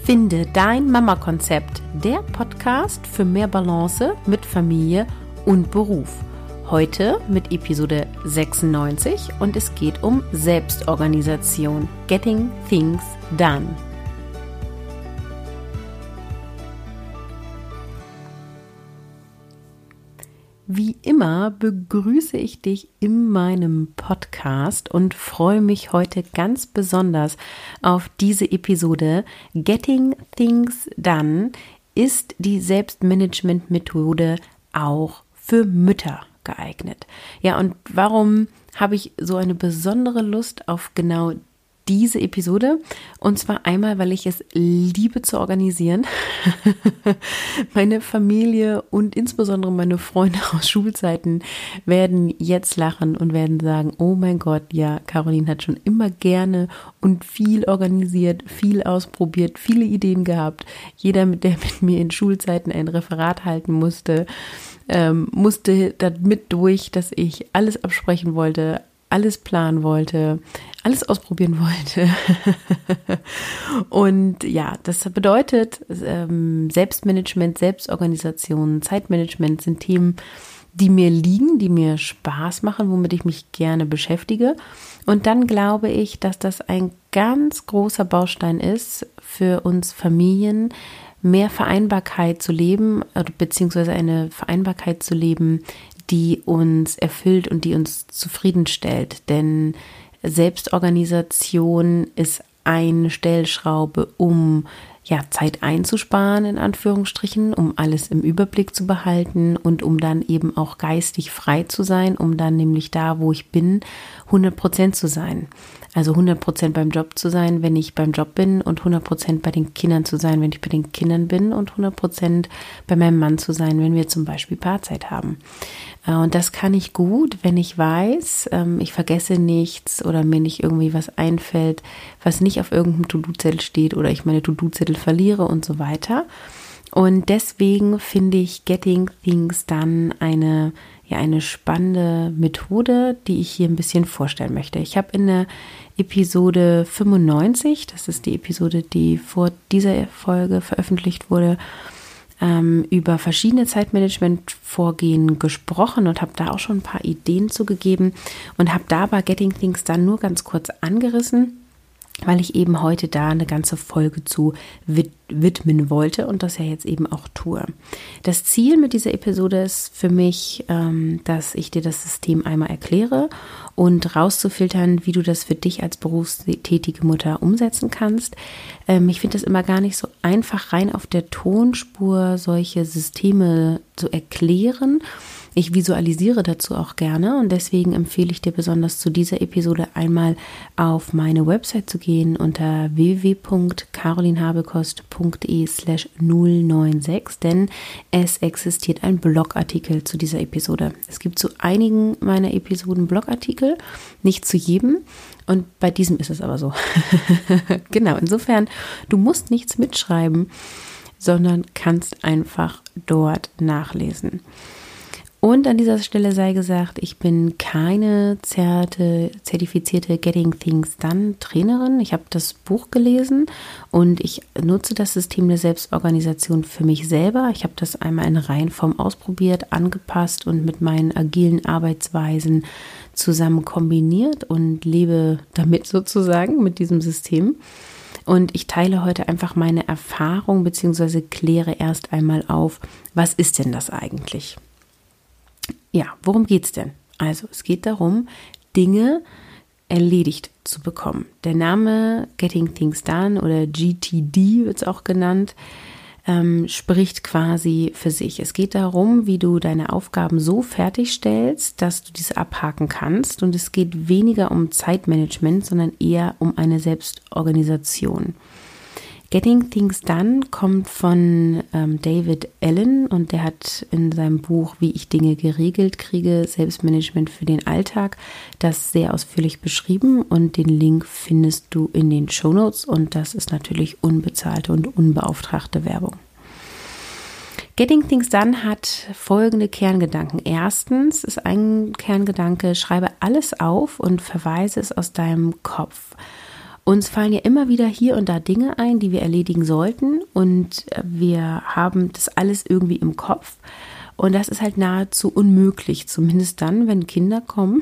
Finde dein Mama-Konzept, der Podcast für mehr Balance mit Familie und Beruf. Heute mit Episode 96 und es geht um Selbstorganisation, Getting Things Done. Wie immer begrüße ich dich in meinem Podcast und freue mich heute ganz besonders auf diese Episode. Getting Things Done ist die Selbstmanagement-Methode auch für Mütter geeignet. Ja, und warum habe ich so eine besondere Lust auf genau diese Episode? Und zwar einmal, weil ich es liebe zu organisieren. Meine Familie und insbesondere meine Freunde aus Schulzeiten werden jetzt lachen und werden sagen, oh mein Gott, ja, Caroline hat schon immer gerne und viel organisiert, viel ausprobiert, viele Ideen gehabt. Jeder, der mit mir in Schulzeiten ein Referat halten musste damit durch, dass ich alles absprechen wollte, alles planen wollte, alles ausprobieren wollte. Und ja, das bedeutet, Selbstmanagement, Selbstorganisation, Zeitmanagement sind Themen, die mir liegen, die mir Spaß machen, womit ich mich gerne beschäftige. Und dann glaube ich, dass das ein ganz großer Baustein ist für uns Familien, mehr Vereinbarkeit zu leben, beziehungsweise eine Vereinbarkeit zu leben, die uns erfüllt und die uns zufriedenstellt. Denn Selbstorganisation ist eine Stellschraube, um Zeit einzusparen, in Anführungsstrichen, um alles im Überblick zu behalten und um dann eben auch geistig frei zu sein, um dann nämlich da, wo ich bin, 100% zu sein. Also 100% beim Job zu sein, wenn ich beim Job bin und 100% bei den Kindern zu sein, wenn ich bei den Kindern bin und 100% bei meinem Mann zu sein, wenn wir zum Beispiel Paarzeit haben. Und das kann ich gut, wenn ich weiß, ich vergesse nichts oder mir nicht irgendwie was einfällt, was nicht auf irgendeinem To-Do-Zettel steht oder ich meine To-Do-Zettel verliere und so weiter. Und deswegen finde ich Getting Things Done eine spannende Methode, die ich hier ein bisschen vorstellen möchte. Ich habe in der Episode 95, das ist die Episode, die vor dieser Folge veröffentlicht wurde, über verschiedene Zeitmanagement-Vorgehen gesprochen und habe da auch schon ein paar Ideen zugegeben und habe dabei Getting Things Done nur ganz kurz angerissen, weil ich eben heute da eine ganze Folge zu widmen wollte und das ja jetzt eben auch tue. Das Ziel mit dieser Episode ist für mich, dass ich dir das System einmal erkläre und rauszufiltern, wie du das für dich als berufstätige Mutter umsetzen kannst. Ich finde das immer gar nicht so einfach, rein auf der Tonspur solche Systeme zu erklären. Ich visualisiere dazu auch gerne und deswegen empfehle ich dir besonders zu dieser Episode einmal auf meine Website zu gehen unter www.carolinhabekost.de/096, denn es existiert ein Blogartikel zu dieser Episode. Es gibt zu einigen meiner Episoden Blogartikel, nicht zu jedem. Und bei diesem ist es aber so. Genau, insofern, du musst nichts mitschreiben, sondern kannst einfach dort nachlesen. Und an dieser Stelle sei gesagt, ich bin keine zertifizierte Getting Things Done Trainerin. Ich habe das Buch gelesen und ich nutze das System der Selbstorganisation für mich selber. Ich habe das einmal in Reihenform ausprobiert, angepasst und mit meinen agilen Arbeitsweisen zusammen kombiniert und lebe damit sozusagen mit diesem System. Und ich teile heute einfach meine Erfahrung bzw. kläre erst einmal auf, was ist denn das eigentlich? Ja, worum geht's denn? Also es geht darum, Dinge erledigt zu bekommen. Der Name Getting Things Done oder GTD wird es auch genannt, spricht quasi für sich. Es geht darum, wie du deine Aufgaben so fertigstellst, dass du diese abhaken kannst. Und es geht weniger um Zeitmanagement, sondern eher um eine Selbstorganisation. Getting Things Done kommt von David Allen und der hat in seinem Buch Wie ich Dinge geregelt kriege, Selbstmanagement für den Alltag, das sehr ausführlich beschrieben und den Link findest du in den Shownotes und das ist natürlich unbezahlte und unbeauftragte Werbung. Getting Things Done hat folgende Kerngedanken. Erstens ist ein Kerngedanke, schreibe alles auf und verweise es aus deinem Kopf. Uns fallen ja immer wieder hier und da Dinge ein, die wir erledigen sollten, und wir haben das alles irgendwie im Kopf. Und das ist halt nahezu unmöglich, zumindest dann, wenn Kinder kommen,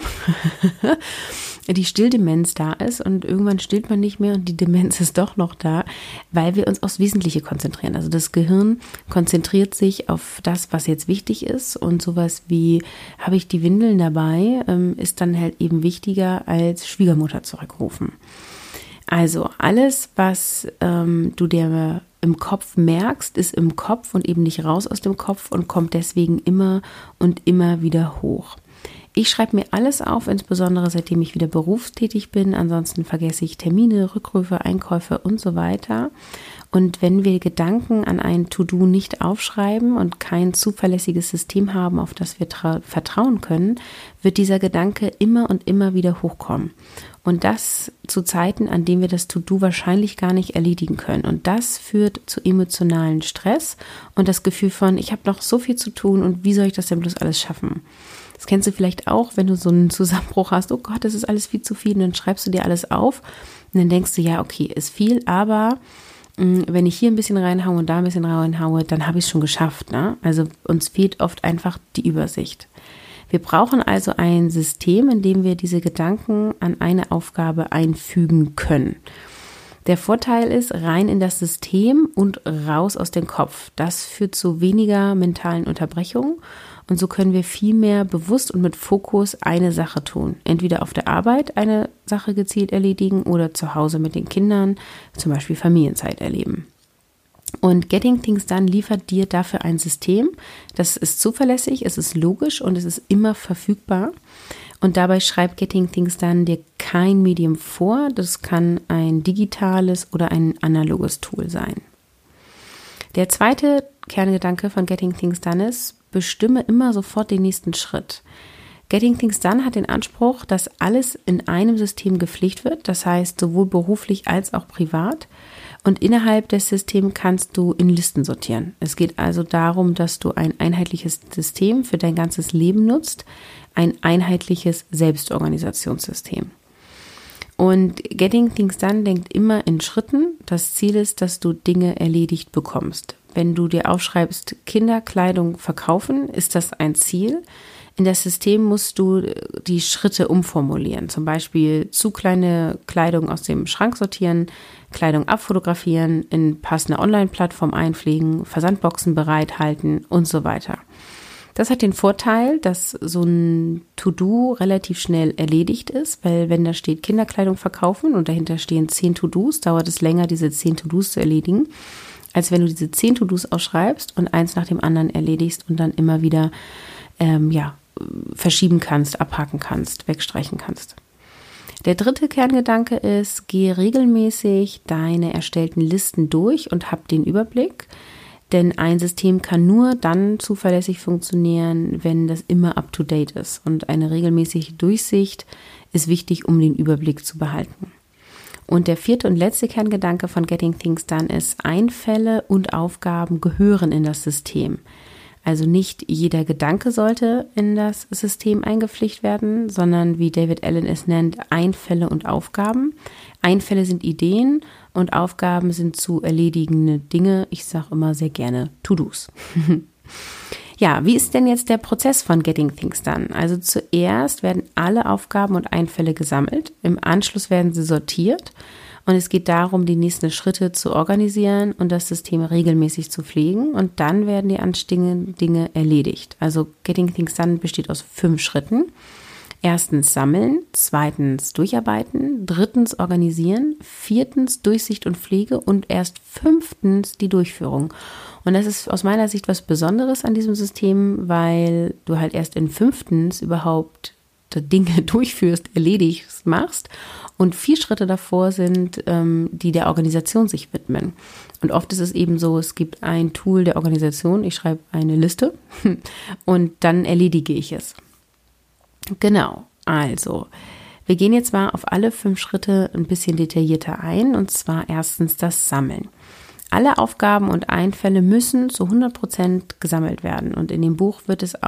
die Stilldemenz da ist und irgendwann stillt man nicht mehr und die Demenz ist doch noch da, weil wir uns aufs Wesentliche konzentrieren. Also das Gehirn konzentriert sich auf das, was jetzt wichtig ist, und sowas wie, habe ich die Windeln dabei, ist dann halt eben wichtiger als Schwiegermutter zurückrufen. Also alles, was du dir im Kopf merkst, ist im Kopf und eben nicht raus aus dem Kopf und kommt deswegen immer und immer wieder hoch. Ich schreibe mir alles auf, insbesondere seitdem ich wieder berufstätig bin. Ansonsten vergesse ich Termine, Rückrufe, Einkäufe und so weiter. Und wenn wir Gedanken an ein To-Do nicht aufschreiben und kein zuverlässiges System haben, auf das wir vertrauen können, wird dieser Gedanke immer und immer wieder hochkommen. Und das zu Zeiten, an denen wir das To-Do wahrscheinlich gar nicht erledigen können. Und das führt zu emotionalen Stress und das Gefühl von, ich habe noch so viel zu tun und wie soll ich das denn bloß alles schaffen? Das kennst du vielleicht auch, wenn du so einen Zusammenbruch hast, oh Gott, das ist alles viel zu viel, und dann schreibst du dir alles auf und dann denkst du, ja, okay, ist viel, aber wenn ich hier ein bisschen reinhaue und da ein bisschen reinhaue, dann habe ich es schon geschafft, ne? Also uns fehlt oft einfach die Übersicht. Wir brauchen also ein System, in dem wir diese Gedanken an eine Aufgabe einfügen können. Der Vorteil ist, rein in das System und raus aus dem Kopf. Das führt zu weniger mentalen Unterbrechungen, und so können wir viel mehr bewusst und mit Fokus eine Sache tun. Entweder auf der Arbeit eine Sache gezielt erledigen oder zu Hause mit den Kindern, zum Beispiel Familienzeit erleben. Und Getting Things Done liefert dir dafür ein System, das ist zuverlässig, es ist logisch und es ist immer verfügbar. Und dabei schreibt Getting Things Done dir kein Medium vor. Das kann ein digitales oder ein analoges Tool sein. Der zweite Kerngedanke von Getting Things Done ist, bestimme immer sofort den nächsten Schritt. Getting Things Done hat den Anspruch, dass alles in einem System gepflegt wird, das heißt sowohl beruflich als auch privat. Und innerhalb des Systems kannst du in Listen sortieren. Es geht also darum, dass du ein einheitliches System für dein ganzes Leben nutzt, ein einheitliches Selbstorganisationssystem. Und Getting Things Done denkt immer in Schritten. Das Ziel ist, dass du Dinge erledigt bekommst. Wenn du dir aufschreibst, Kinderkleidung verkaufen, ist das ein Ziel. In das System musst du die Schritte umformulieren. Zum Beispiel zu kleine Kleidung aus dem Schrank sortieren, Kleidung abfotografieren, in passende Online-Plattform einpflegen, Versandboxen bereithalten und so weiter. Das hat den Vorteil, dass so ein To-Do relativ schnell erledigt ist, weil wenn da steht Kinderkleidung verkaufen und dahinter stehen 10 To-Dos, dauert es länger, diese 10 To-Dos zu erledigen, als wenn du diese 10 To-Dos ausschreibst und eins nach dem anderen erledigst und dann immer wieder verschieben kannst, abhaken kannst, wegstreichen kannst. Der dritte Kerngedanke ist, gehe regelmäßig deine erstellten Listen durch und hab den Überblick. Denn ein System kann nur dann zuverlässig funktionieren, wenn das immer up-to-date ist. Und eine regelmäßige Durchsicht ist wichtig, um den Überblick zu behalten. Und der vierte und letzte Kerngedanke von Getting Things Done ist, Einfälle und Aufgaben gehören in das System. Also nicht jeder Gedanke sollte in das System eingepflegt werden, sondern wie David Allen es nennt, Einfälle und Aufgaben. Einfälle sind Ideen und Aufgaben sind zu erledigende Dinge. Ich sage immer sehr gerne To-Dos. Ja, wie ist denn jetzt der Prozess von Getting Things Done? Also zuerst werden alle Aufgaben und Einfälle gesammelt, im Anschluss werden sie sortiert. Und es geht darum, die nächsten Schritte zu organisieren und das System regelmäßig zu pflegen. Und dann werden die anstehenden Dinge erledigt. Also Getting Things Done besteht aus 5 Schritten. Erstens sammeln, zweitens durcharbeiten, drittens organisieren, viertens Durchsicht und Pflege und erst 5. die Durchführung. Und das ist aus meiner Sicht was Besonderes an diesem System, weil du halt erst in 5. überhaupt Dinge durchführst, erledigst, machst und 4 Schritte davor sind, die der Organisation sich widmen. Und oft ist es eben so, es gibt ein Tool der Organisation, ich schreibe eine Liste und dann erledige ich es. Genau, also wir gehen jetzt mal auf alle 5 Schritte ein bisschen detaillierter ein, und zwar erstens das Sammeln. Alle Aufgaben und Einfälle müssen zu 100% gesammelt werden, und in dem Buch wird es auch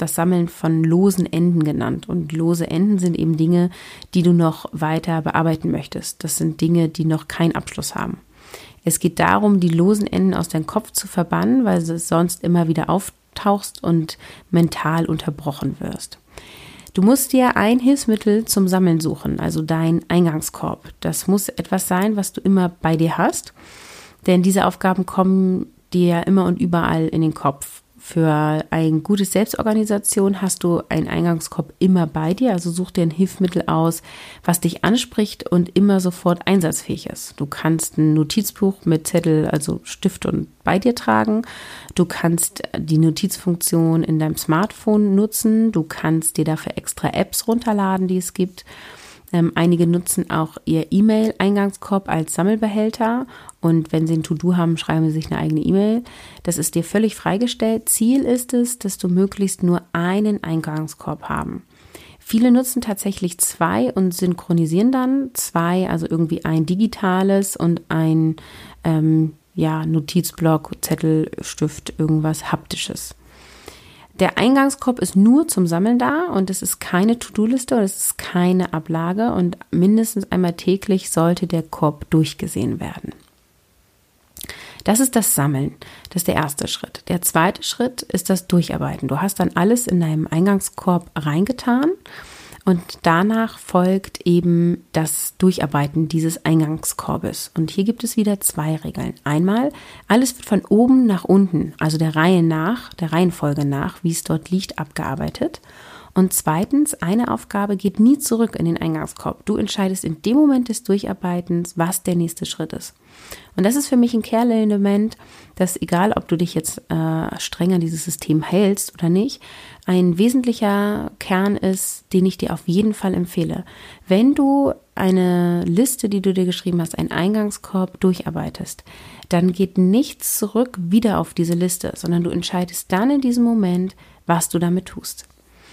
das Sammeln von losen Enden genannt. Und lose Enden sind eben Dinge, die du noch weiter bearbeiten möchtest. Das sind Dinge, die noch keinen Abschluss haben. Es geht darum, die losen Enden aus deinem Kopf zu verbannen, weil du sonst immer wieder auftauchst und mental unterbrochen wirst. Du musst dir ein Hilfsmittel zum Sammeln suchen, also dein Eingangskorb. Das muss etwas sein, was du immer bei dir hast, denn diese Aufgaben kommen dir immer und überall in den Kopf. Für ein gutes Selbstorganisation hast du einen Eingangskorb immer bei dir, also such dir ein Hilfsmittel aus, was dich anspricht und immer sofort einsatzfähig ist. Du kannst ein Notizbuch mit Zettel, also Stift und bei dir tragen. Du kannst die Notizfunktion in deinem Smartphone nutzen. Du kannst dir dafür extra Apps runterladen, die es gibt. Einige nutzen auch ihr E-Mail-Eingangskorb als Sammelbehälter und wenn sie ein To-Do haben, schreiben sie sich eine eigene E-Mail. Das ist dir völlig freigestellt. Ziel ist es, dass du möglichst nur einen Eingangskorb haben. Viele nutzen tatsächlich 2 und synchronisieren dann 2, also irgendwie ein digitales und ein Notizblock, Zettel, Stift, irgendwas Haptisches. Der Eingangskorb ist nur zum Sammeln da und es ist keine To-Do-Liste und es ist keine Ablage und mindestens einmal täglich sollte der Korb durchgesehen werden. Das ist das Sammeln. Das ist der erste Schritt. Der zweite Schritt ist das Durcharbeiten. Du hast dann alles in deinem Eingangskorb reingetan und danach folgt eben das Durcharbeiten dieses Eingangskorbes. Und hier gibt es wieder 2 Regeln. Einmal, alles wird von oben nach unten, also der Reihenfolge nach, wie es dort liegt, abgearbeitet. Und zweitens, eine Aufgabe geht nie zurück in den Eingangskorb. Du entscheidest in dem Moment des Durcharbeitens, was der nächste Schritt ist. Und das ist für mich ein Kernelement, dass egal, ob du dich jetzt streng an dieses System hältst oder nicht, ein wesentlicher Kern ist, den ich dir auf jeden Fall empfehle. Wenn du eine Liste, die du dir geschrieben hast, einen Eingangskorb durcharbeitest, dann geht nichts zurück wieder auf diese Liste, sondern du entscheidest dann in diesem Moment, was du damit tust.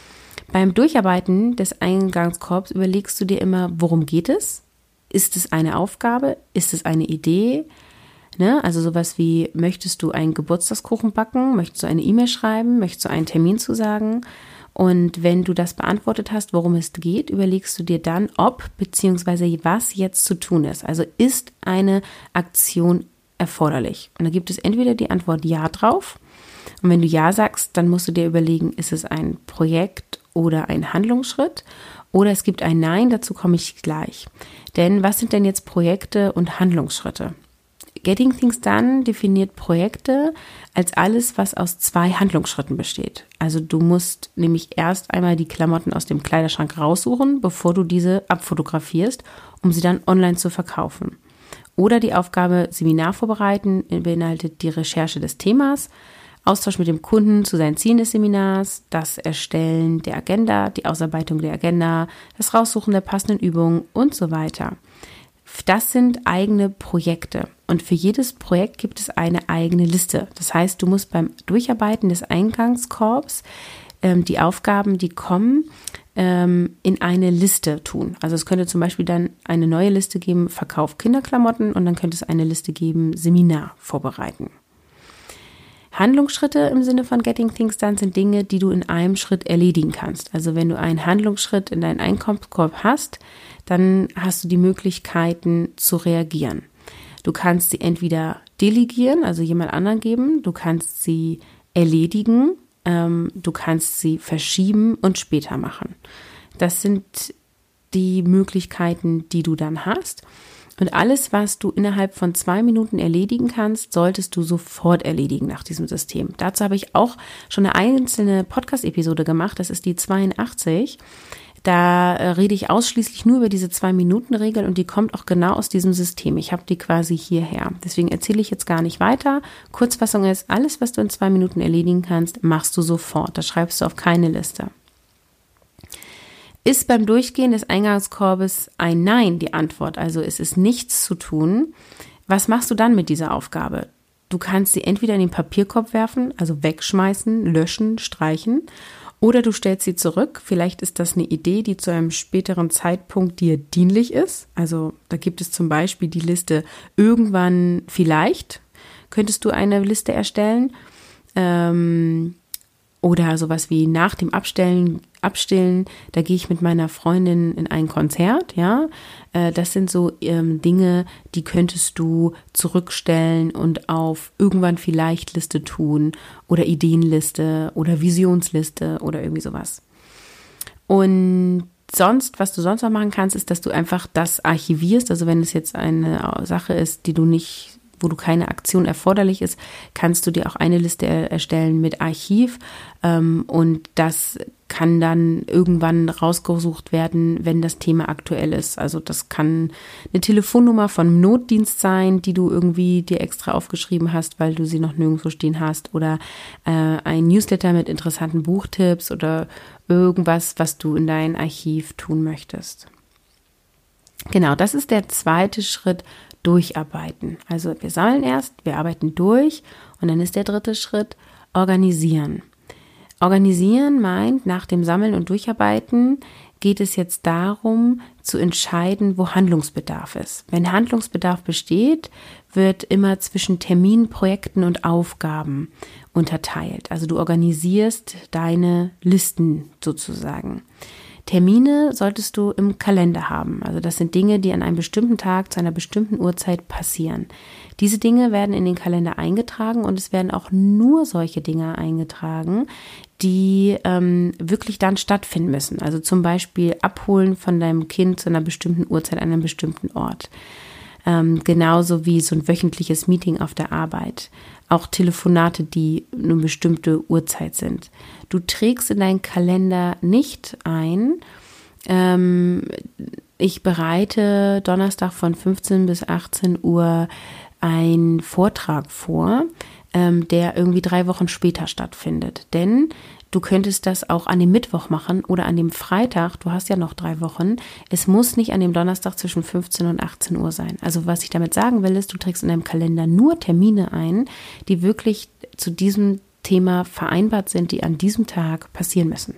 Beim Durcharbeiten des Eingangskorbs überlegst du dir immer, worum geht es? Ist es eine Aufgabe? Ist es eine Idee? Also sowas wie, möchtest du einen Geburtstagskuchen backen? Möchtest du eine E-Mail schreiben? Möchtest du einen Termin zusagen? Und wenn du das beantwortet hast, worum es geht, überlegst du dir dann, ob bzw. was jetzt zu tun ist. Also ist eine Aktion erforderlich? Und da gibt es entweder die Antwort Ja drauf. Und wenn du Ja sagst, dann musst du dir überlegen, ist es ein Projekt oder ein Handlungsschritt? Oder es gibt ein Nein, dazu komme ich gleich. Denn was sind denn jetzt Projekte und Handlungsschritte? Getting Things Done definiert Projekte als alles, was aus 2 Handlungsschritten besteht. Also du musst nämlich erst einmal die Klamotten aus dem Kleiderschrank raussuchen, bevor du diese abfotografierst, um sie dann online zu verkaufen. Oder die Aufgabe Seminar vorbereiten beinhaltet die Recherche des Themas, Austausch mit dem Kunden zu seinen Zielen des Seminars, das Erstellen der Agenda, die Ausarbeitung der Agenda, das Raussuchen der passenden Übungen und so weiter. Das sind eigene Projekte und für jedes Projekt gibt es eine eigene Liste. Das heißt, du musst beim Durcharbeiten des Eingangskorbs die Aufgaben, die kommen, in eine Liste tun. Also es könnte zum Beispiel dann eine neue Liste geben, Verkauf Kinderklamotten und dann könnte es eine Liste geben, Seminar vorbereiten. Handlungsschritte im Sinne von Getting Things Done sind Dinge, die du in einem Schritt erledigen kannst. Also wenn du einen Handlungsschritt in deinen Einkaufskorb hast, dann hast du die Möglichkeiten zu reagieren. Du kannst sie entweder delegieren, also jemand anderen geben, du kannst sie erledigen, du kannst sie verschieben und später machen. Das sind die Möglichkeiten, die du dann hast. Und alles, was du innerhalb von 2 Minuten erledigen kannst, solltest du sofort erledigen nach diesem System. Dazu habe ich auch schon eine einzelne Podcast-Episode gemacht, das ist die 82. Da rede ich ausschließlich nur über diese 2-Minuten-Regel und die kommt auch genau aus diesem System. Ich habe die quasi hierher. Deswegen erzähle ich jetzt gar nicht weiter. Kurzfassung ist, alles, was du in 2 Minuten erledigen kannst, machst du sofort. Das schreibst du auf keine Liste. Ist beim Durchgehen des Eingangskorbes ein Nein die Antwort, also es ist nichts zu tun, was machst du dann mit dieser Aufgabe? Du kannst sie entweder in den Papierkorb werfen, also wegschmeißen, löschen, streichen, oder du stellst sie zurück. Vielleicht ist das eine Idee, die zu einem späteren Zeitpunkt dir dienlich ist. Also da gibt es zum Beispiel die Liste irgendwann vielleicht, könntest du eine Liste erstellen. Oder sowas wie nach dem Abstillen, da gehe ich mit meiner Freundin in ein Konzert, ja. Das sind so Dinge, die könntest du zurückstellen und auf irgendwann vielleicht Liste tun oder Ideenliste oder Visionsliste oder irgendwie sowas. Und sonst, was du sonst noch machen kannst, ist, dass du einfach das archivierst. Also wenn es jetzt eine Sache ist, wo du keine Aktion erforderlich ist, kannst du dir auch eine Liste erstellen mit Archiv und das kann dann irgendwann rausgesucht werden, wenn das Thema aktuell ist. Also das kann eine Telefonnummer von Notdienst sein, die du irgendwie dir extra aufgeschrieben hast, weil du sie noch nirgendwo stehen hast, oder ein Newsletter mit interessanten Buchtipps oder irgendwas, was du in dein Archiv tun möchtest. Genau, das ist der zweite Schritt, durcharbeiten. Also wir sammeln erst, wir arbeiten durch und dann ist der dritte Schritt organisieren. Organisieren meint, nach dem Sammeln und Durcharbeiten geht es jetzt darum, zu entscheiden, wo Handlungsbedarf ist. Wenn Handlungsbedarf besteht, wird immer zwischen Terminen, Projekten und Aufgaben unterteilt. Also du organisierst deine Listen sozusagen. Termine solltest du im Kalender haben. Also das sind Dinge, die an einem bestimmten Tag zu einer bestimmten Uhrzeit passieren. Diese Dinge werden in den Kalender eingetragen und es werden auch nur solche Dinge eingetragen, die wirklich dann stattfinden müssen. Also zum Beispiel Abholen von deinem Kind zu einer bestimmten Uhrzeit an einem bestimmten Ort. Genauso wie so ein wöchentliches Meeting auf der Arbeit. Auch Telefonate, die eine bestimmte Uhrzeit sind. Du trägst in deinen Kalender nicht ein, ich bereite Donnerstag von 15 bis 18 Uhr einen Vortrag vor, der irgendwie 3 Wochen später stattfindet. Denn du könntest das auch an dem Mittwoch machen oder an dem Freitag. Du hast ja noch 3 Wochen. Es muss nicht an dem Donnerstag zwischen 15 und 18 Uhr sein. Also was ich damit sagen will, ist, du trägst in deinem Kalender nur Termine ein, die wirklich zu diesem Thema vereinbart sind, die an diesem Tag passieren müssen.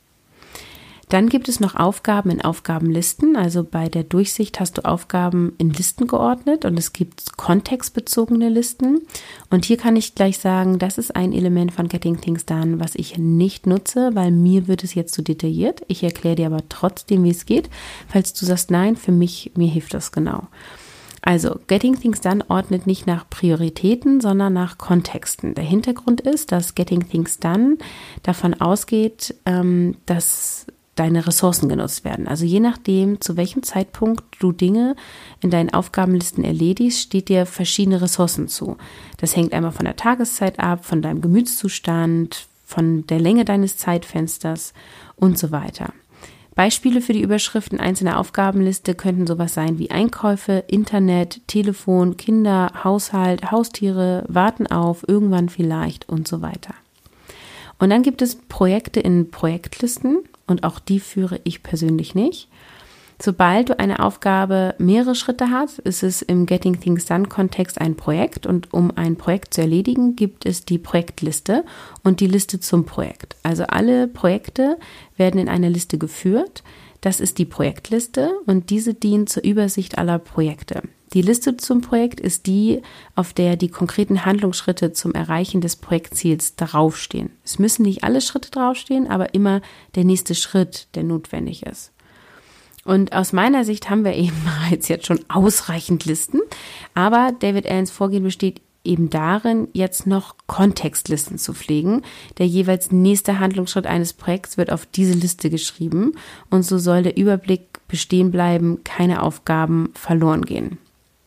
Dann gibt es noch Aufgaben in Aufgabenlisten. Also bei der Durchsicht hast du Aufgaben in Listen geordnet und es gibt kontextbezogene Listen. Und hier kann ich gleich sagen, das ist ein Element von Getting Things Done, was ich nicht nutze, weil mir wird es jetzt zu detailliert. Ich erkläre dir aber trotzdem, wie es geht. Falls du sagst, nein, mir hilft das genau. Also Getting Things Done ordnet nicht nach Prioritäten, sondern nach Kontexten. Der Hintergrund ist, dass Getting Things Done davon ausgeht, dass deine Ressourcen genutzt werden. Also je nachdem, zu welchem Zeitpunkt du Dinge in deinen Aufgabenlisten erledigst, steht dir verschiedene Ressourcen zu. Das hängt einmal von der Tageszeit ab, von deinem Gemütszustand, von der Länge deines Zeitfensters und so weiter. Beispiele für die Überschriften einzelner Aufgabenliste könnten sowas sein wie Einkäufe, Internet, Telefon, Kinder, Haushalt, Haustiere, Warten auf, irgendwann vielleicht und so weiter. Und dann gibt es Projekte in Projektlisten und auch die führe ich persönlich nicht. Sobald du eine Aufgabe mehrere Schritte hast, ist es im Getting Things Done Kontext ein Projekt und um ein Projekt zu erledigen, gibt es die Projektliste und die Liste zum Projekt. Also alle Projekte werden in einer Liste geführt. Das ist die Projektliste und diese dient zur Übersicht aller Projekte. Die Liste zum Projekt ist die, auf der die konkreten Handlungsschritte zum Erreichen des Projektziels draufstehen. Es müssen nicht alle Schritte draufstehen, aber immer der nächste Schritt, der notwendig ist. Und aus meiner Sicht haben wir eben bereits jetzt schon ausreichend Listen, aber David Allens Vorgehen besteht eben darin, jetzt noch Kontextlisten zu pflegen. Der jeweils nächste Handlungsschritt eines Projekts wird auf diese Liste geschrieben und so soll der Überblick bestehen bleiben, keine Aufgaben verloren gehen.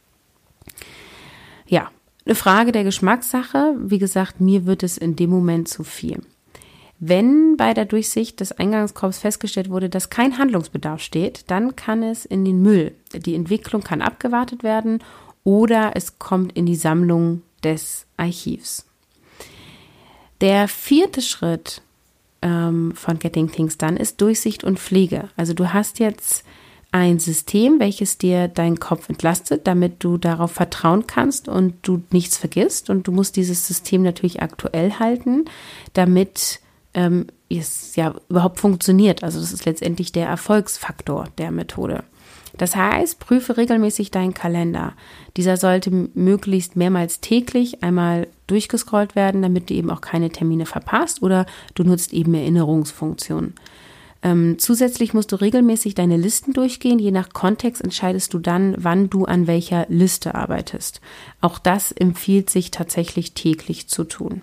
Ja, eine Frage der Geschmackssache. Wie gesagt, mir wird es in dem Moment zu viel. Wenn bei der Durchsicht des Eingangskorbs festgestellt wurde, dass kein Handlungsbedarf steht, dann kann es in den Müll. Die Entwicklung kann abgewartet werden oder es kommt in die Sammlung des Archivs. Der 4. Schritt von Getting Things Done ist Durchsicht und Pflege. Also du hast jetzt ein System, welches dir deinen Kopf entlastet, damit du darauf vertrauen kannst und du nichts vergisst. Und du musst dieses System natürlich aktuell halten, damit es ja überhaupt funktioniert. Also das ist letztendlich der Erfolgsfaktor der Methode. Das heißt, prüfe regelmäßig deinen Kalender. Dieser sollte möglichst mehrmals täglich einmal durchgescrollt werden, damit du eben auch keine Termine verpasst, oder du nutzt eben Erinnerungsfunktionen. Zusätzlich musst du regelmäßig deine Listen durchgehen. Je nach Kontext entscheidest du dann, wann du an welcher Liste arbeitest. Auch das empfiehlt sich tatsächlich täglich zu tun.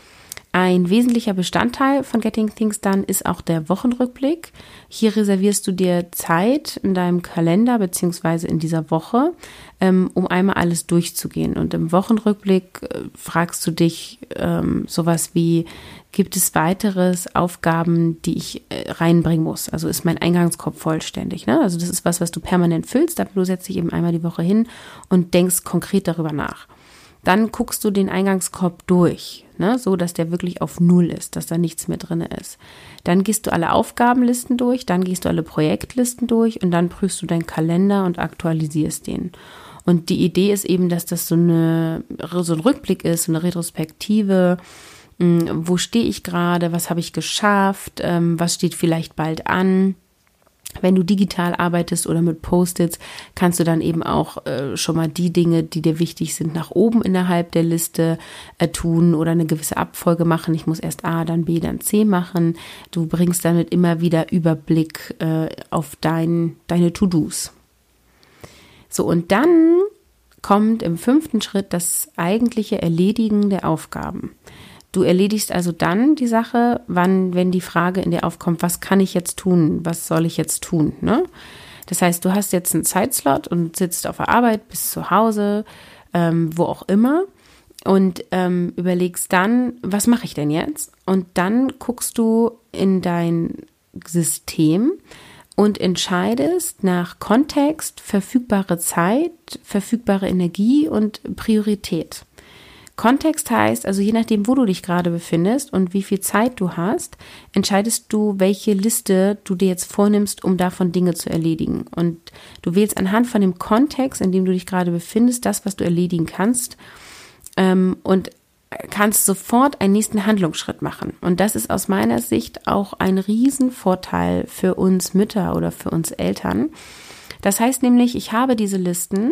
Ein wesentlicher Bestandteil von Getting Things Done ist auch der Wochenrückblick. Hier reservierst du dir Zeit in deinem Kalender beziehungsweise in dieser Woche, um einmal alles durchzugehen. Und im Wochenrückblick fragst du dich sowas wie: Gibt es weiteres Aufgaben, die ich reinbringen muss? Also ist mein Eingangskorb vollständig? Ne? Also das ist was du permanent füllst, aber du setzt dich eben einmal die Woche hin und denkst konkret darüber nach. Dann guckst du den Eingangskorb durch, ne, so dass der wirklich auf Null ist, dass da nichts mehr drin ist. Dann gehst du alle Aufgabenlisten durch, dann gehst du alle Projektlisten durch und dann prüfst du deinen Kalender und aktualisierst den. Und die Idee ist eben, dass das so ein Rückblick ist, so eine Retrospektive. Wo stehe ich gerade? Was habe ich geschafft? Was steht vielleicht bald an? Wenn du digital arbeitest oder mit Post-its, kannst du dann eben auch schon mal die Dinge, die dir wichtig sind, nach oben innerhalb der Liste tun oder eine gewisse Abfolge machen. Ich muss erst A, dann B, dann C machen. Du bringst damit immer wieder Überblick auf deine To-Dos. So, und dann kommt im 5. Schritt das eigentliche Erledigen der Aufgaben. Du erledigst also dann die Sache, wenn die Frage in dir aufkommt: Was kann ich jetzt tun? Was soll ich jetzt tun? Ne? Das heißt, du hast jetzt einen Zeitslot und sitzt auf der Arbeit, bist zu Hause, wo auch immer, und überlegst dann: Was mache ich denn jetzt? Und dann guckst du in dein System und entscheidest nach Kontext, verfügbare Zeit, verfügbare Energie und Priorität. Kontext heißt also, je nachdem, wo du dich gerade befindest und wie viel Zeit du hast, entscheidest du, welche Liste du dir jetzt vornimmst, um davon Dinge zu erledigen. Und du wählst anhand von dem Kontext, in dem du dich gerade befindest, das, was du erledigen kannst, und kannst sofort einen nächsten Handlungsschritt machen. Und das ist aus meiner Sicht auch ein Riesenvorteil für uns Mütter oder für uns Eltern. Das heißt nämlich, ich habe diese Listen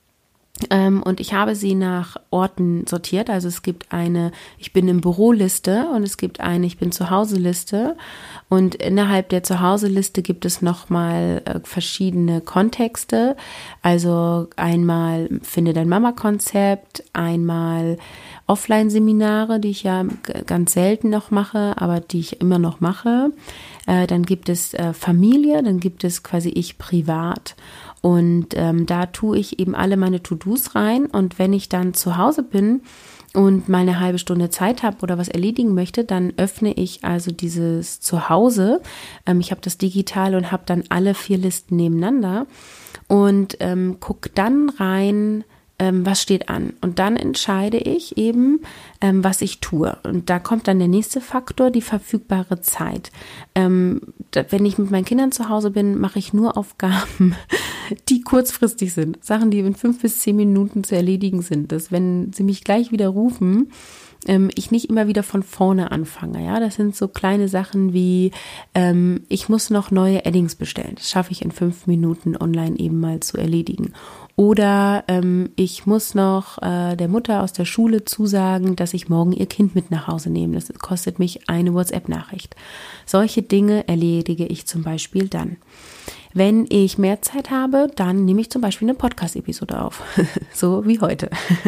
und ich habe sie nach Orten sortiert. Also es gibt eine Ich bin im Büro-Liste und es gibt eine Ich bin zu Hause-Liste. Und innerhalb der Zuhause-Liste gibt es nochmal verschiedene Kontexte. Also einmal Finde dein Mama-Konzept, einmal Offline-Seminare, die ich ja ganz selten noch mache, aber die ich immer noch mache. Dann gibt es Familie, dann gibt es quasi ich privat. Und da tue ich eben alle meine To-Dos rein. Und wenn ich dann zu Hause bin und mal eine halbe Stunde Zeit habe oder was erledigen möchte, dann öffne ich also dieses Zuhause. Ich habe das digital und habe dann alle 4 Listen nebeneinander und gucke dann rein, was steht an. Und dann entscheide ich eben, was ich tue. Und da kommt dann der nächste Faktor, die verfügbare Zeit. Wenn ich mit meinen Kindern zu Hause bin, mache ich nur Aufgaben, die kurzfristig sind. Sachen, die in 5 bis 10 Minuten zu erledigen sind. Dass, wenn sie mich gleich wieder rufen, ich nicht immer wieder von vorne anfange. Ja, das sind so kleine Sachen wie, ich muss noch neue Addings bestellen. Das schaffe ich in 5 Minuten online eben mal zu erledigen. Oder ich muss noch der Mutter aus der Schule zusagen, dass ich morgen ihr Kind mit nach Hause nehme. Das kostet mich eine WhatsApp-Nachricht. Solche Dinge erledige ich zum Beispiel dann. Wenn ich mehr Zeit habe, dann nehme ich zum Beispiel eine Podcast-Episode auf, so wie heute.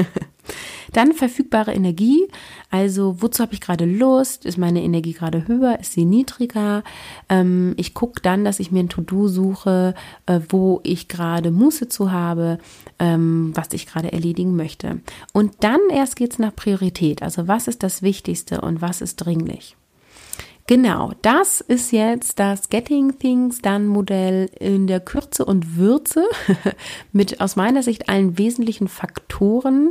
Dann verfügbare Energie, also wozu habe ich gerade Lust? Ist meine Energie gerade höher? Ist sie niedriger? Ich gucke dann, dass ich mir ein To-Do suche, wo ich gerade Muße zu habe, was ich gerade erledigen möchte. Und dann erst geht es nach Priorität, also was ist das Wichtigste und was ist dringlich? Genau, das ist jetzt das Getting Things Done Modell in der Kürze und Würze mit aus meiner Sicht allen wesentlichen Faktoren.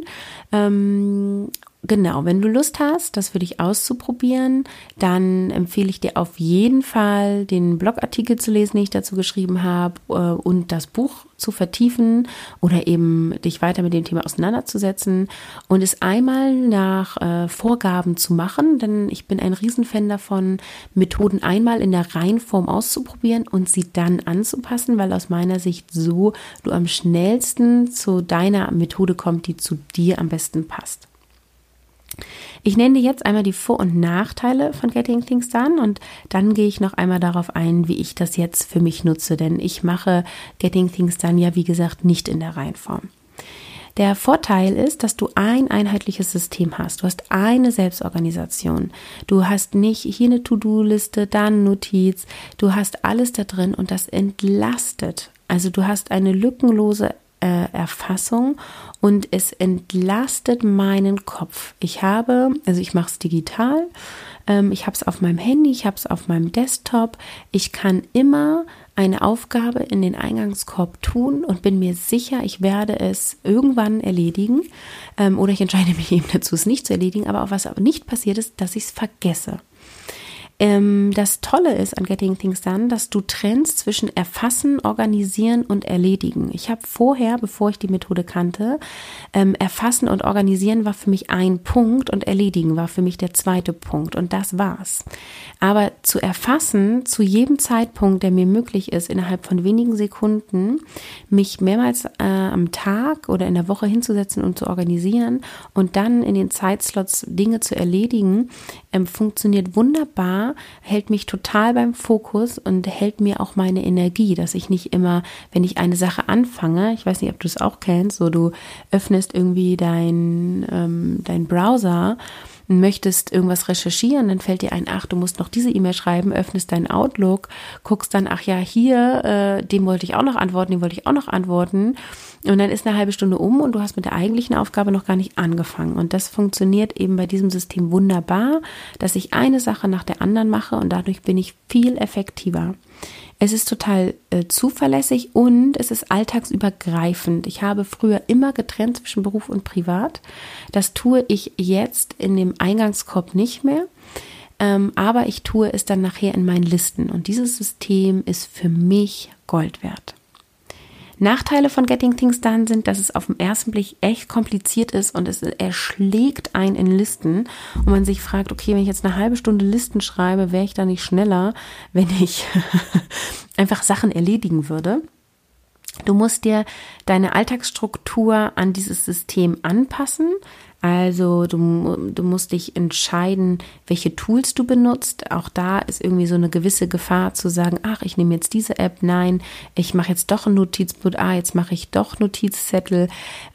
Genau, wenn du Lust hast, das für dich auszuprobieren, dann empfehle ich dir auf jeden Fall, den Blogartikel zu lesen, den ich dazu geschrieben habe, und das Buch zu vertiefen oder eben dich weiter mit dem Thema auseinanderzusetzen und es einmal nach Vorgaben zu machen, denn ich bin ein Riesenfan davon, Methoden einmal in der Reihenform auszuprobieren und sie dann anzupassen, weil aus meiner Sicht so du am schnellsten zu deiner Methode kommst, die zu dir am besten passt. Ich nenne dir jetzt einmal die Vor- und Nachteile von Getting Things Done und dann gehe ich noch einmal darauf ein, wie ich das jetzt für mich nutze, denn ich mache Getting Things Done ja, wie gesagt, nicht in der Reihenform. Der Vorteil ist, dass du ein einheitliches System hast. Du hast eine Selbstorganisation. Du hast nicht hier eine To-Do-Liste, da eine Notiz. Du hast alles da drin und das entlastet. Also du hast eine lückenlose Erfassung und es entlastet meinen Kopf. Ich mache es digital, ich habe es auf meinem Handy, ich habe es auf meinem Desktop. Ich kann immer eine Aufgabe in den Eingangskorb tun und bin mir sicher, ich werde es irgendwann erledigen oder ich entscheide mich eben dazu, es nicht zu erledigen, aber auch was aber nicht passiert ist, dass ich es vergesse. Das Tolle ist an Getting Things Done, dass du trennst zwischen Erfassen, Organisieren und Erledigen. Ich habe vorher, bevor ich die Methode kannte, Erfassen und Organisieren war für mich ein Punkt und Erledigen war für mich der zweite Punkt und das war's. Aber zu erfassen, zu jedem Zeitpunkt, der mir möglich ist, innerhalb von wenigen Sekunden, mich mehrmals am Tag oder in der Woche hinzusetzen und zu organisieren und dann in den Zeitslots Dinge zu erledigen, funktioniert wunderbar, hält mich total beim Fokus und hält mir auch meine Energie, dass ich nicht immer, wenn ich eine Sache anfange, ich weiß nicht, ob du es auch kennst, so du öffnest irgendwie dein Browser und möchtest irgendwas recherchieren, dann fällt dir ein, ach, du musst noch diese E-Mail schreiben, öffnest deinen Outlook, guckst dann, ach ja, hier, dem wollte ich auch noch antworten und dann ist eine halbe Stunde um und du hast mit der eigentlichen Aufgabe noch gar nicht angefangen und das funktioniert eben bei diesem System wunderbar, dass ich eine Sache nach der anderen mache und dadurch bin ich viel effektiver. Es ist total zuverlässig und es ist alltagsübergreifend. Ich habe früher immer getrennt zwischen Beruf und Privat. Das tue ich jetzt in dem Eingangskorb nicht mehr, aber ich tue es dann nachher in meinen Listen. Und dieses System ist für mich Gold wert. Nachteile von Getting Things Done sind, dass es auf den ersten Blick echt kompliziert ist und es erschlägt einen in Listen und man sich fragt, okay, wenn ich jetzt eine halbe Stunde Listen schreibe, wäre ich da nicht schneller, wenn ich einfach Sachen erledigen würde. Du musst dir deine Alltagsstruktur an dieses System anpassen. Also du musst dich entscheiden, welche Tools du benutzt. Auch da ist irgendwie so eine gewisse Gefahr zu sagen, ach, ich nehme jetzt diese App, nein, ich mache jetzt doch ein Notizbuch, jetzt mache ich doch Notizzettel.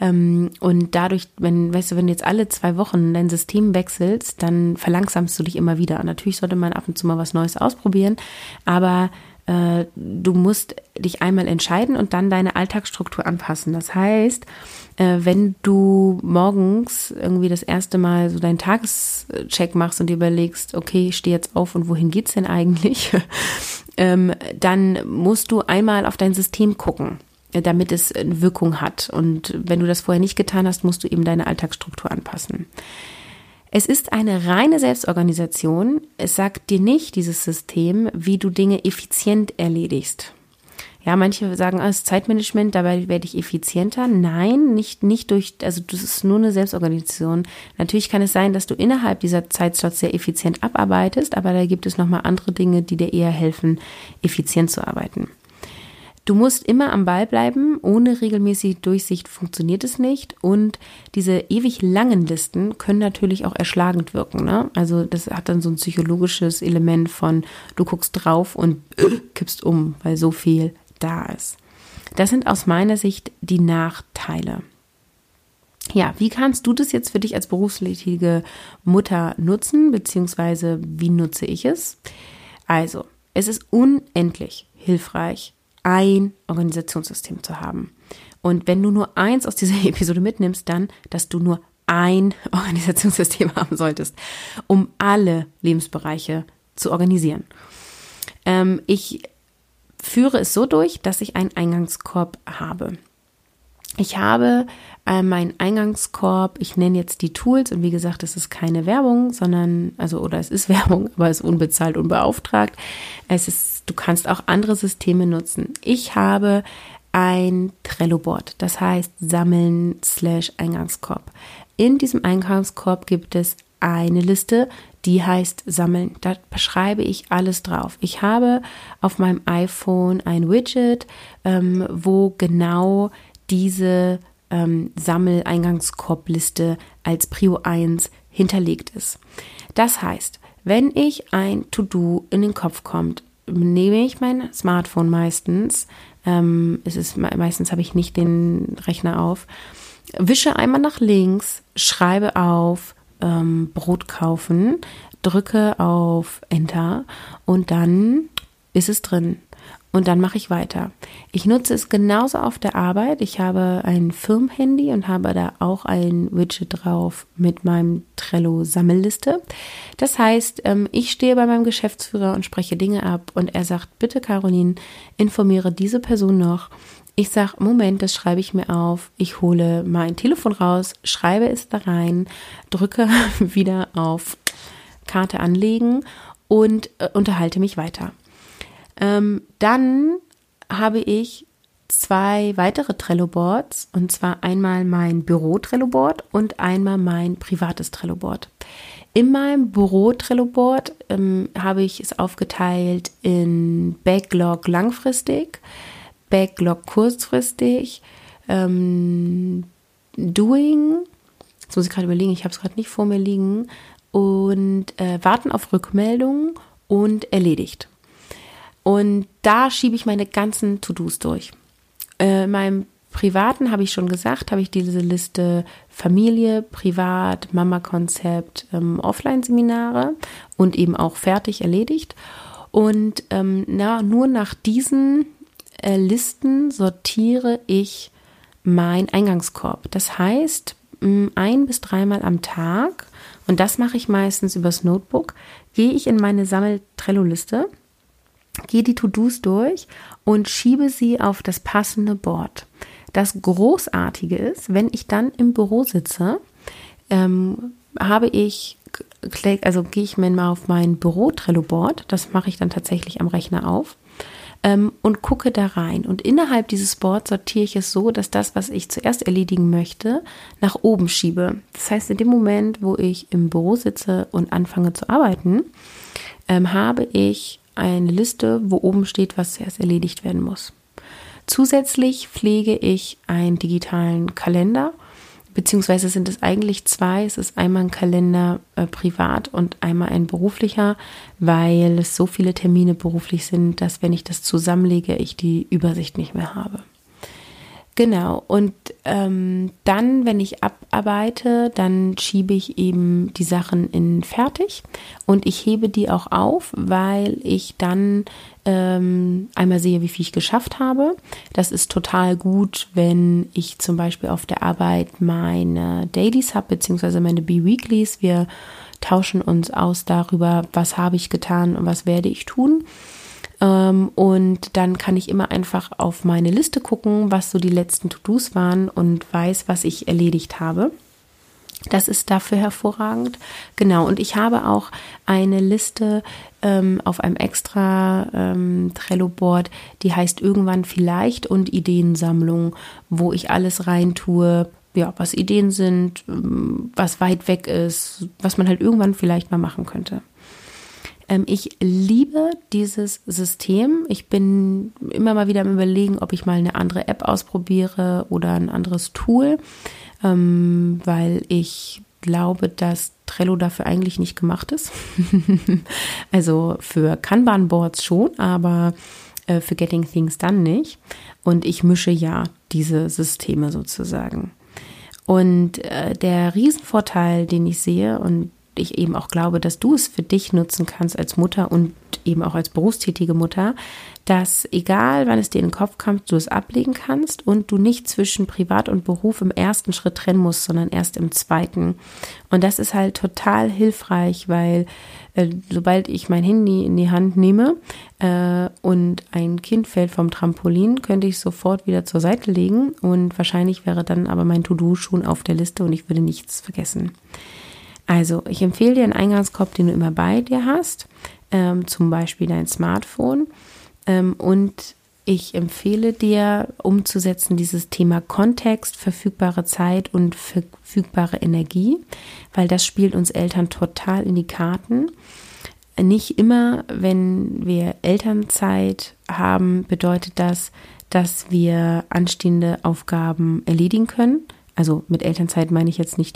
Und dadurch, wenn du jetzt alle 2 Wochen dein System wechselst, dann verlangsamst du dich immer wieder. Natürlich sollte man ab und zu mal was Neues ausprobieren, aber du musst dich einmal entscheiden und dann deine Alltagsstruktur anpassen. Das heißt, wenn du morgens irgendwie das erste Mal so deinen Tagescheck machst und dir überlegst, okay, ich stehe jetzt auf und wohin geht's denn eigentlich, dann musst du einmal auf dein System gucken, damit es eine Wirkung hat. Und wenn du das vorher nicht getan hast, musst du eben deine Alltagsstruktur anpassen. Es ist eine reine Selbstorganisation. Es sagt dir nicht, dieses System, wie du Dinge effizient erledigst. Ja, manche sagen, es ist Zeitmanagement, dabei werde ich effizienter. Nein, nicht durch, also das ist nur eine Selbstorganisation. Natürlich kann es sein, dass du innerhalb dieser Zeitslots sehr effizient abarbeitest, aber da gibt es nochmal andere Dinge, die dir eher helfen, effizient zu arbeiten. Du musst immer am Ball bleiben, ohne regelmäßige Durchsicht funktioniert es nicht und diese ewig langen Listen können natürlich auch erschlagend wirken, ne? Also das hat dann so ein psychologisches Element von, du guckst drauf und kippst um, weil so viel da ist. Das sind aus meiner Sicht die Nachteile. Ja, wie kannst du das jetzt für dich als berufstätige Mutter nutzen, beziehungsweise wie nutze ich es? Also, es ist unendlich hilfreich, ein Organisationssystem zu haben. Und wenn du nur eins aus dieser Episode mitnimmst, dann, dass du nur ein Organisationssystem haben solltest, um alle Lebensbereiche zu organisieren. Ich führe es so durch, dass ich einen Eingangskorb habe. Ich habe meinen Eingangskorb, ich nenne jetzt die Tools und wie gesagt, es ist keine Werbung, sondern, oder es ist Werbung, aber es ist unbezahlt, unbeauftragt. Du kannst auch andere Systeme nutzen. Ich habe ein Trello-Board, das heißt Sammeln/Eingangskorb. In diesem Eingangskorb gibt es eine Liste, die heißt Sammeln. Da schreibe ich alles drauf. Ich habe auf meinem iPhone ein Widget, wo genau diese Sammel-Eingangskorbliste als Prio 1 hinterlegt ist. Das heißt, wenn ich ein To-Do in den Kopf kommt, nehme ich mein Smartphone meistens, meistens habe ich nicht den Rechner auf, wische einmal nach links, schreibe auf Brot kaufen, drücke auf Enter und dann ist es drin. Und dann mache ich weiter. Ich nutze es genauso auf der Arbeit. Ich habe ein Firmenhandy und habe da auch ein Widget drauf mit meinem Trello-Sammelliste. Das heißt, ich stehe bei meinem Geschäftsführer und spreche Dinge ab und er sagt, bitte Caroline, informiere diese Person noch. Ich sage, Moment, das schreibe ich mir auf. Ich hole mein Telefon raus, schreibe es da rein, drücke wieder auf Karte anlegen und unterhalte mich weiter. Dann habe ich 2 weitere Trello-Boards und zwar einmal mein Büro-Trello-Board und einmal mein privates Trello-Board. In meinem Büro-Trello-Board habe ich es aufgeteilt in Backlog langfristig, Backlog kurzfristig, Doing, jetzt muss ich gerade überlegen, ich habe es gerade nicht vor mir liegen, und Warten auf Rückmeldungen und erledigt. Und da schiebe ich meine ganzen To-Dos durch. In meinem Privaten, habe ich schon gesagt, habe ich diese Liste Familie, Privat, Mama-Konzept, Offline-Seminare und eben auch fertig erledigt. Und nur nach diesen Listen sortiere ich meinen Eingangskorb. Das heißt, 1 bis 3 Mal am Tag, und das mache ich meistens übers Notebook, gehe ich in meine Sammel-Trello-Liste, gehe die To-Dos durch und schiebe sie auf das passende Board. Das Großartige ist, wenn ich dann im Büro sitze, gehe ich mir mal auf mein Büro-Trello-Board, das mache ich dann tatsächlich am Rechner auf, und gucke da rein. Und innerhalb dieses Boards sortiere ich es so, dass das, was ich zuerst erledigen möchte, nach oben schiebe. Das heißt, in dem Moment, wo ich im Büro sitze und anfange zu arbeiten, habe ich eine Liste, wo oben steht, was zuerst erledigt werden muss. Zusätzlich pflege ich einen digitalen Kalender, beziehungsweise sind es eigentlich 2. Es ist einmal ein Kalender privat und einmal ein beruflicher, weil es so viele Termine beruflich sind, dass wenn ich das zusammenlege, ich die Übersicht nicht mehr habe. Genau, und dann, wenn ich abarbeite, dann schiebe ich eben die Sachen in fertig und ich hebe die auch auf, weil ich dann einmal sehe, wie viel ich geschafft habe. Das ist total gut, wenn ich zum Beispiel auf der Arbeit meine Dailies habe, beziehungsweise meine B-Weeklies. Wir tauschen uns aus darüber, was habe ich getan und was werde ich tun. Und dann kann ich immer einfach auf meine Liste gucken, was so die letzten To-Dos waren und weiß, was ich erledigt habe. Das ist dafür hervorragend. Genau, und ich habe auch eine Liste auf einem extra Trello-Board, die heißt Irgendwann vielleicht und Ideensammlung, wo ich alles reintue, ja, was Ideen sind, was weit weg ist, was man halt irgendwann vielleicht mal machen könnte. Ich liebe dieses System. Ich bin immer mal wieder am Überlegen, ob ich mal eine andere App ausprobiere oder ein anderes Tool, weil ich glaube, dass Trello dafür eigentlich nicht gemacht ist. Also für Kanban-Boards schon, aber für Getting Things Done nicht. Und ich mische ja diese Systeme sozusagen. Und der Riesenvorteil, den ich sehe und ich eben auch glaube, dass du es für dich nutzen kannst als Mutter und eben auch als berufstätige Mutter, dass egal wann es dir in den Kopf kommt, du es ablegen kannst und du nicht zwischen Privat und Beruf im ersten Schritt trennen musst, sondern erst im zweiten. Und das ist halt total hilfreich, weil sobald ich mein Handy in die Hand nehme und ein Kind fällt vom Trampolin, könnte ich sofort wieder zur Seite legen und wahrscheinlich wäre dann aber mein To-Do schon auf der Liste und ich würde nichts vergessen. Also, ich empfehle dir einen Eingangskorb, den du immer bei dir hast, zum Beispiel dein Smartphone. Und ich empfehle dir, umzusetzen dieses Thema Kontext, verfügbare Zeit und verfügbare Energie, weil das spielt uns Eltern total in die Karten. Nicht immer, wenn wir Elternzeit haben, bedeutet das, dass wir anstehende Aufgaben erledigen können. Also mit Elternzeit meine ich jetzt nicht die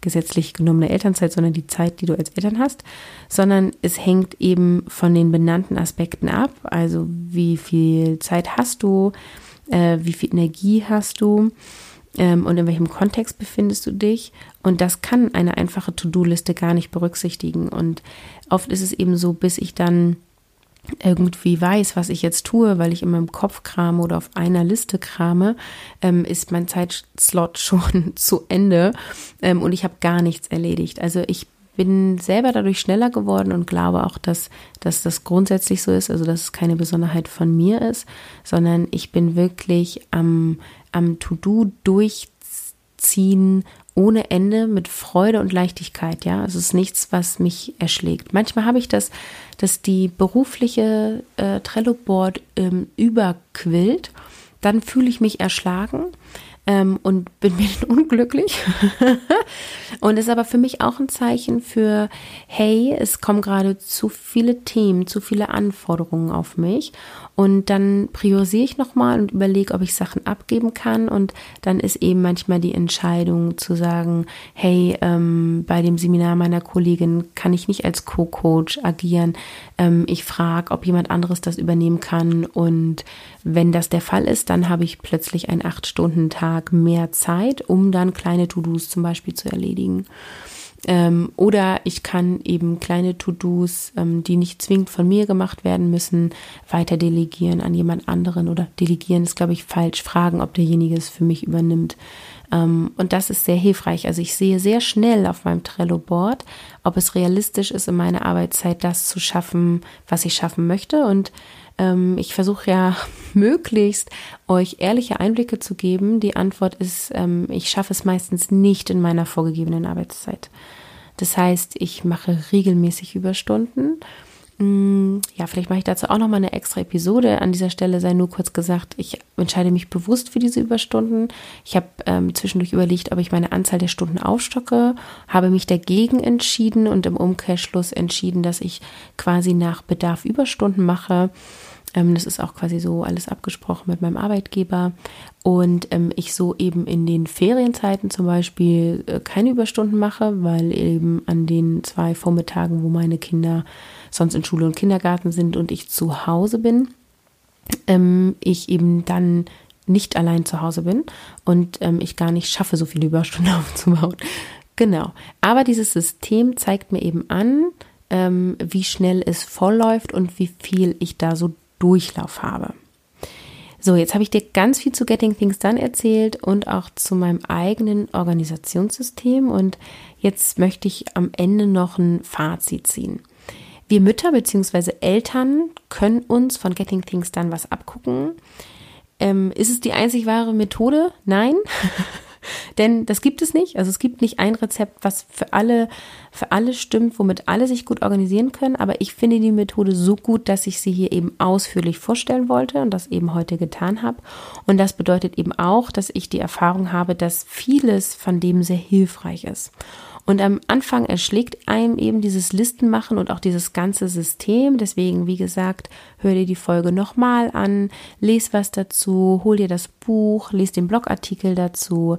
gesetzlich genommene Elternzeit, sondern die Zeit, die du als Eltern hast, sondern es hängt eben von den benannten Aspekten ab. Also wie viel Zeit hast du, wie viel Energie hast du und in welchem Kontext befindest du dich. Und das kann eine einfache To-Do-Liste gar nicht berücksichtigen. Und oft ist es eben so, bis ich dann irgendwie weiß, was ich jetzt tue, weil ich in meinem Kopf krame oder auf einer Liste krame, ist mein Zeitslot schon zu Ende und ich habe gar nichts erledigt. Also ich bin selber dadurch schneller geworden und glaube auch, dass das grundsätzlich so ist, also dass es keine Besonderheit von mir ist, sondern ich bin wirklich am To-Do durchziehen ohne Ende, mit Freude und Leichtigkeit, ja. Also es ist nichts, was mich erschlägt. Manchmal habe ich das, dass die berufliche Trello-Board überquillt, dann fühle ich mich erschlagen und bin unglücklich. Und ist aber für mich auch ein Zeichen für, hey, es kommen gerade zu viele Themen, zu viele Anforderungen auf mich. Und dann priorisiere ich nochmal und überlege, ob ich Sachen abgeben kann. Und dann ist eben manchmal die Entscheidung zu sagen, hey, bei dem Seminar meiner Kollegin kann ich nicht als Co-Coach agieren. Ich frage, ob jemand anderes das übernehmen kann. Und wenn das der Fall ist, dann habe ich plötzlich einen 8-Stunden-Tag mehr Zeit, um dann kleine To-Dos zum Beispiel zu erledigen. Oder ich kann eben kleine To-Dos, die nicht zwingend von mir gemacht werden müssen, weiter delegieren an jemand anderen, oder delegieren ist, glaube ich, falsch, fragen, ob derjenige es für mich übernimmt. Und das ist sehr hilfreich. Also ich sehe sehr schnell auf meinem Trello-Board, ob es realistisch ist, in meiner Arbeitszeit das zu schaffen, was ich schaffen möchte. Und ich versuche ja möglichst euch ehrliche Einblicke zu geben. Die Antwort ist, ich schaffe es meistens nicht in meiner vorgegebenen Arbeitszeit. Das heißt, ich mache regelmäßig Überstunden. Ja, vielleicht mache ich dazu auch nochmal eine extra Episode. An dieser Stelle sei nur kurz gesagt, ich entscheide mich bewusst für diese Überstunden. Ich habe zwischendurch überlegt, ob ich meine Anzahl der Stunden aufstocke, habe mich dagegen entschieden und im Umkehrschluss entschieden, dass ich quasi nach Bedarf Überstunden mache. Das ist auch quasi so alles abgesprochen mit meinem Arbeitgeber. Und ich so eben in den Ferienzeiten zum Beispiel keine Überstunden mache, weil eben an den 2 Vormittagen, wo meine Kinder sonst in Schule und Kindergarten sind und ich zu Hause bin, ich eben dann nicht allein zu Hause bin und ich gar nicht schaffe, so viele Überstunden aufzubauen. Genau. Aber dieses System zeigt mir eben an, wie schnell es vollläuft und wie viel ich da so Durchlauf habe. So, jetzt habe ich dir ganz viel zu Getting Things Done erzählt und auch zu meinem eigenen Organisationssystem, und jetzt möchte ich am Ende noch ein Fazit ziehen. Wir Mütter bzw. Eltern können uns von Getting Things Done was abgucken. Ist es die einzig wahre Methode? Nein. Denn das gibt es nicht. Also es gibt nicht ein Rezept, was für alle stimmt, womit alle sich gut organisieren können. Aber ich finde die Methode so gut, dass ich sie hier eben ausführlich vorstellen wollte und das eben heute getan habe. Und das bedeutet eben auch, dass ich die Erfahrung habe, dass vieles von dem sehr hilfreich ist. Und am Anfang erschlägt einem eben dieses Listenmachen und auch dieses ganze System. Deswegen, wie gesagt, hör dir die Folge nochmal an, les was dazu, hol dir das Buch, les den Blogartikel dazu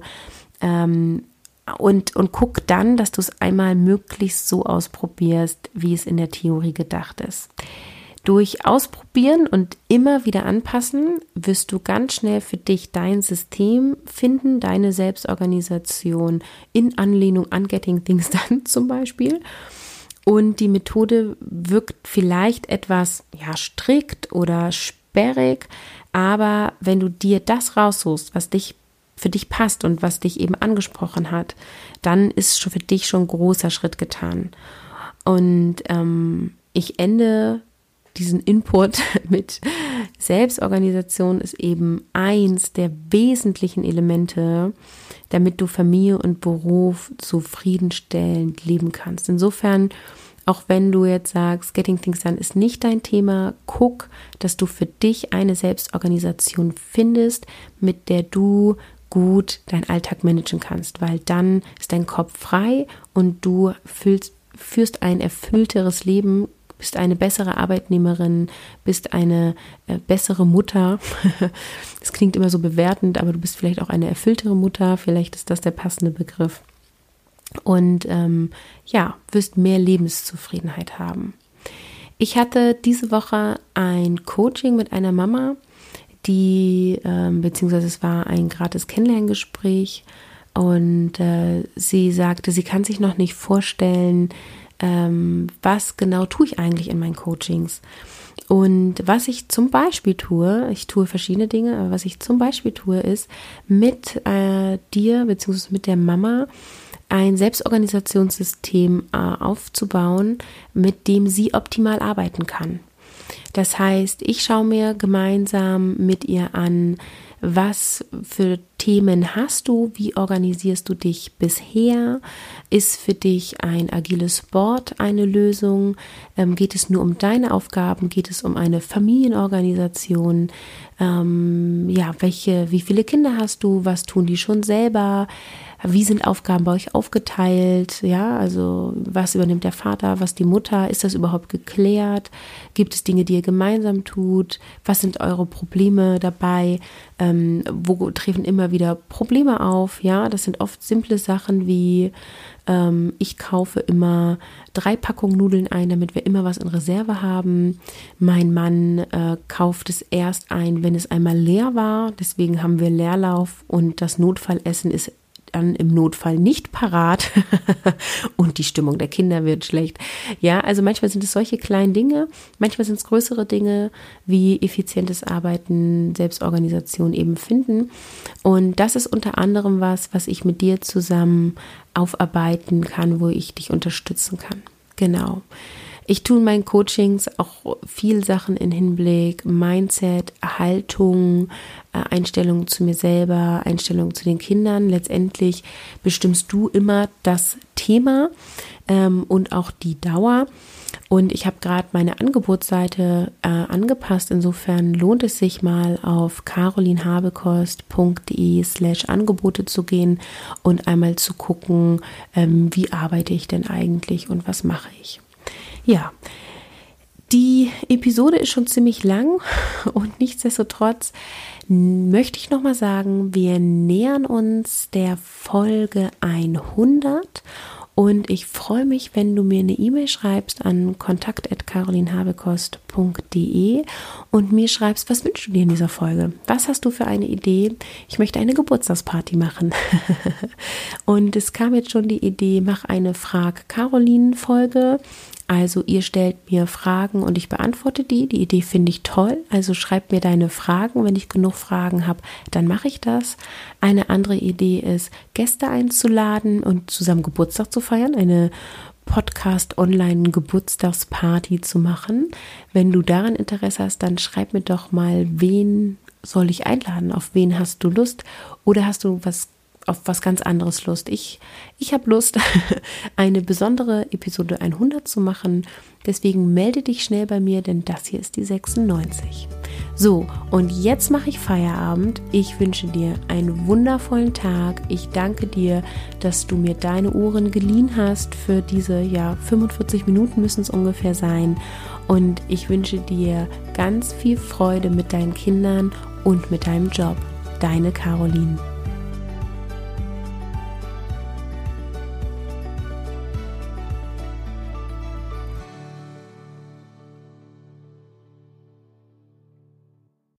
und guck dann, dass du es einmal möglichst so ausprobierst, wie es in der Theorie gedacht ist. Durch Ausprobieren und immer wieder anpassen wirst du ganz schnell für dich dein System finden, deine Selbstorganisation in Anlehnung an Getting Things Done zum Beispiel. Und die Methode wirkt vielleicht etwas strikt oder sperrig, aber wenn du dir das raussuchst, was für dich passt und was dich eben angesprochen hat, dann ist für dich schon ein großer Schritt getan. Und ich ende diesen Input mit Selbstorganisation ist eben eins der wesentlichen Elemente, damit du Familie und Beruf zufriedenstellend leben kannst. Insofern, auch wenn du jetzt sagst, Getting Things Done ist nicht dein Thema, guck, dass du für dich eine Selbstorganisation findest, mit der du gut deinen Alltag managen kannst, weil dann ist dein Kopf frei und du führst ein erfüllteres Leben, bist eine bessere Arbeitnehmerin, bist eine bessere Mutter. Das klingt immer so bewertend, aber du bist vielleicht auch eine erfülltere Mutter. Vielleicht ist das der passende Begriff. und wirst mehr Lebenszufriedenheit haben. Ich hatte diese Woche ein Coaching mit einer Mama, beziehungsweise es war ein gratis Kennenlerngespräch, und sie sagte, sie kann sich noch nicht vorstellen, was genau tue ich eigentlich in meinen Coachings. Und was ich zum Beispiel tue, ich tue verschiedene Dinge, aber was ich zum Beispiel tue, ist mit dir bzw. mit der Mama ein Selbstorganisationssystem aufzubauen, mit dem sie optimal arbeiten kann. Das heißt, ich schaue mir gemeinsam mit ihr an, was für Themen hast du, wie organisierst du dich bisher, ist für dich ein agiles Board eine Lösung, geht es nur um deine Aufgaben, geht es um eine Familienorganisation, wie viele Kinder hast du, was tun die schon selber, wie sind Aufgaben bei euch aufgeteilt, also was übernimmt der Vater, was die Mutter, ist das überhaupt geklärt, gibt es Dinge, die ihr gemeinsam tut, was sind eure Probleme dabei, wo treten immer wieder Probleme auf, das sind oft simple Sachen wie, ich kaufe immer 3 Packungen Nudeln ein, damit wir immer was in Reserve haben. Mein Mann kauft es erst ein, wenn es einmal leer war, deswegen haben wir Leerlauf und das Notfallessen ist dann im Notfall nicht parat und die Stimmung der Kinder wird schlecht. Also manchmal sind es solche kleinen Dinge, manchmal sind es größere Dinge wie effizientes Arbeiten, Selbstorganisation eben finden, und das ist unter anderem was ich mit dir zusammen aufarbeiten kann, wo ich dich unterstützen kann. Genau. Ich tue in meinen Coachings auch viel Sachen in Hinblick Mindset, Haltung, Einstellung zu mir selber, Einstellung zu den Kindern. Letztendlich bestimmst du immer das Thema und auch die Dauer. Und ich habe gerade meine Angebotsseite angepasst. Insofern lohnt es sich mal auf carolinhabekost.de/Angebote zu gehen und einmal zu gucken, wie arbeite ich denn eigentlich und was mache ich. Die Episode ist schon ziemlich lang und nichtsdestotrotz möchte ich nochmal sagen, wir nähern uns der Folge 100 und ich freue mich, wenn du mir eine E-Mail schreibst an kontakt@carolinhabekost.de und mir schreibst, was wünschst du dir in dieser Folge? Was hast du für eine Idee? Ich möchte eine Geburtstagsparty machen. Und es kam jetzt schon die Idee, mach eine Frag-Carolin-Folge. Also ihr stellt mir Fragen und ich beantworte die. Die Idee finde ich toll. Also schreibt mir deine Fragen. Wenn ich genug Fragen habe, dann mache ich das. Eine andere Idee ist, Gäste einzuladen und zusammen Geburtstag zu feiern. Eine Podcast-Online-Geburtstagsparty zu machen. Wenn du daran Interesse hast, dann schreib mir doch mal, wen soll ich einladen? Auf wen hast du Lust? Oder hast du auf was ganz anderes Lust? Ich habe Lust, eine besondere Episode 100 zu machen. Deswegen melde dich schnell bei mir, denn das hier ist die 96. So, und jetzt mache ich Feierabend. Ich wünsche dir einen wundervollen Tag. Ich danke dir, dass du mir deine Ohren geliehen hast für diese, 45 Minuten müssen es ungefähr sein. Und ich wünsche dir ganz viel Freude mit deinen Kindern und mit deinem Job. Deine Caroline.